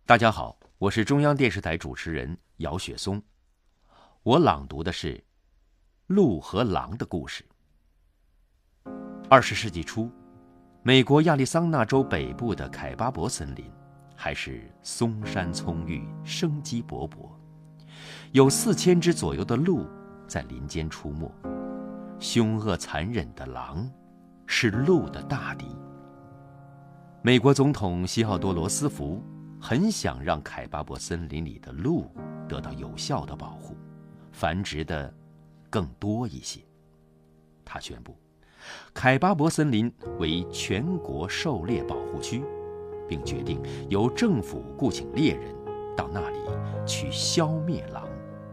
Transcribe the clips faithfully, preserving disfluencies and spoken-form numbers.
大家好，我是中央电视台主持人姚雪松。我朗读的是鹿和狼的故事。二十世纪初，美国亚利桑那州北部的凯巴伯森林还是松山葱郁，生机勃勃，有四千只左右的鹿在林间出没。凶恶残忍的狼是鹿的大敌。美国总统西奥多·罗斯福很想让凯巴伯森林里的鹿得到有效的保护，繁殖的更多一些。他宣布凯巴伯森林为全国狩猎保护区，并决定由政府雇请猎人到那里去消灭狼。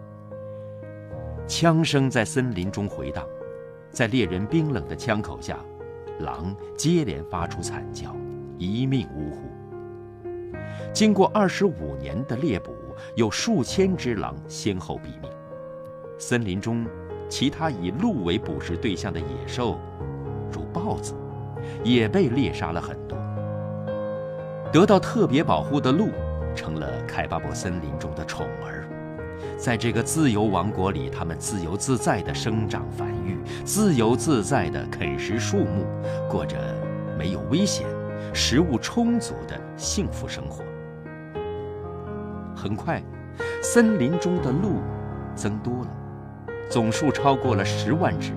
枪声在森林中回荡，在猎人冰冷的枪口下，狼接连发出惨叫，一命呜呼。经过二十五年的猎捕，有数千只狼先后毙命。森林中其他以鹿为捕食对象的野兽，如豹子，也被猎杀了很多。得到特别保护的鹿成了凯巴伯森林中的宠儿。在这个自由王国里，它们自由自在地生长繁育，自由自在地啃食树木，过着没有危险、食物充足的幸福生活。很快，森林中的鹿增多了，总数超过了十万只。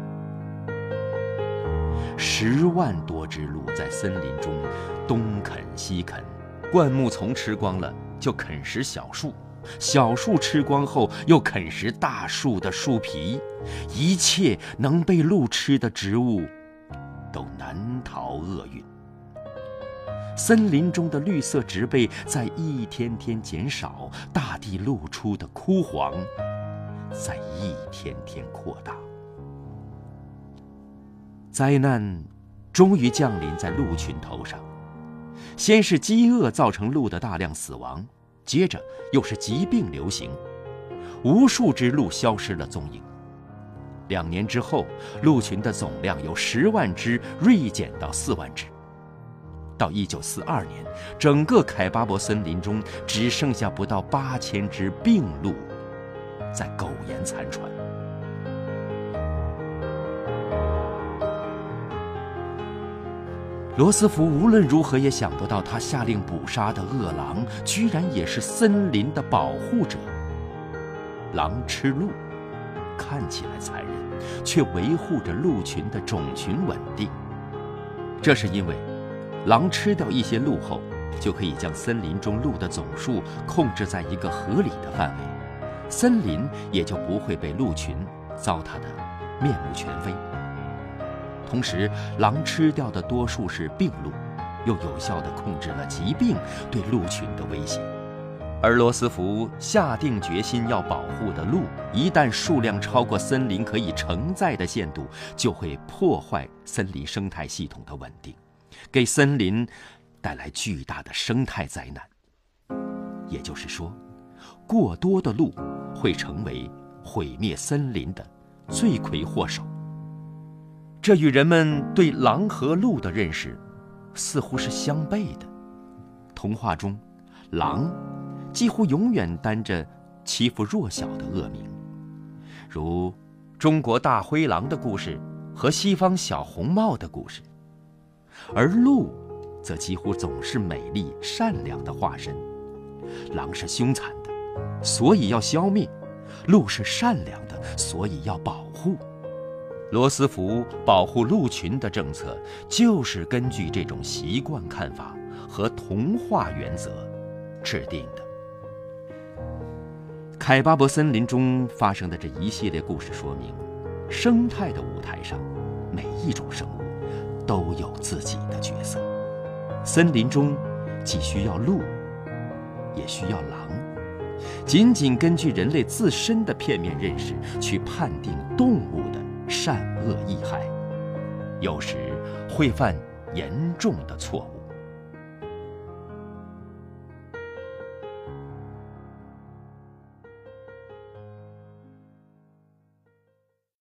十万多只鹿在森林中东啃西啃，灌木丛吃光了就啃食小树，小树吃光后又啃食大树的树皮，一切能被鹿吃的植物都难逃厄运。森林中的绿色植被在一天天减少，大地露出的枯黄在一天天扩大。灾难终于降临在鹿群头上，先是饥饿造成鹿的大量死亡，接着又是疾病流行，无数只鹿消失了踪影。两年之后，鹿群的总量由十万只锐减到四万只。到一九四二年，整个凯巴伯森林中只剩下不到八千只病鹿在苟延残喘。罗斯福无论如何也想不到，他下令捕杀的恶狼居然也是森林的保护者。狼吃鹿，看起来残忍，却维护着鹿群的种群稳定。这是因为狼吃掉一些鹿后，就可以将森林中鹿的总数控制在一个合理的范围，森林也就不会被鹿群糟蹋得面目全非。同时，狼吃掉的多数是病鹿，又有效地控制了疾病对鹿群的威胁。而罗斯福下定决心要保护的鹿，一旦数量超过森林可以承载的限度，就会破坏森林生态系统的稳定，给森林带来巨大的生态灾难。也就是说，过多的鹿会成为毁灭森林的罪魁祸首。这与人们对狼和鹿的认识似乎是相悖的。童话中，狼几乎永远担着欺负弱小的恶名，如中国大灰狼的故事和西方小红帽的故事。而鹿则几乎总是美丽善良的化身。狼是凶残的，所以要消灭；鹿是善良的，所以要保护。罗斯福保护鹿群的政策就是根据这种习惯看法和同化原则制定的。凯巴伯森林中发生的这一系列故事说明，生态的舞台上，每一种生物都有自己的角色。森林中既需要鹿，也需要狼。仅仅根据人类自身的片面认识去判定动物的善恶益害，有时会犯严重的错误。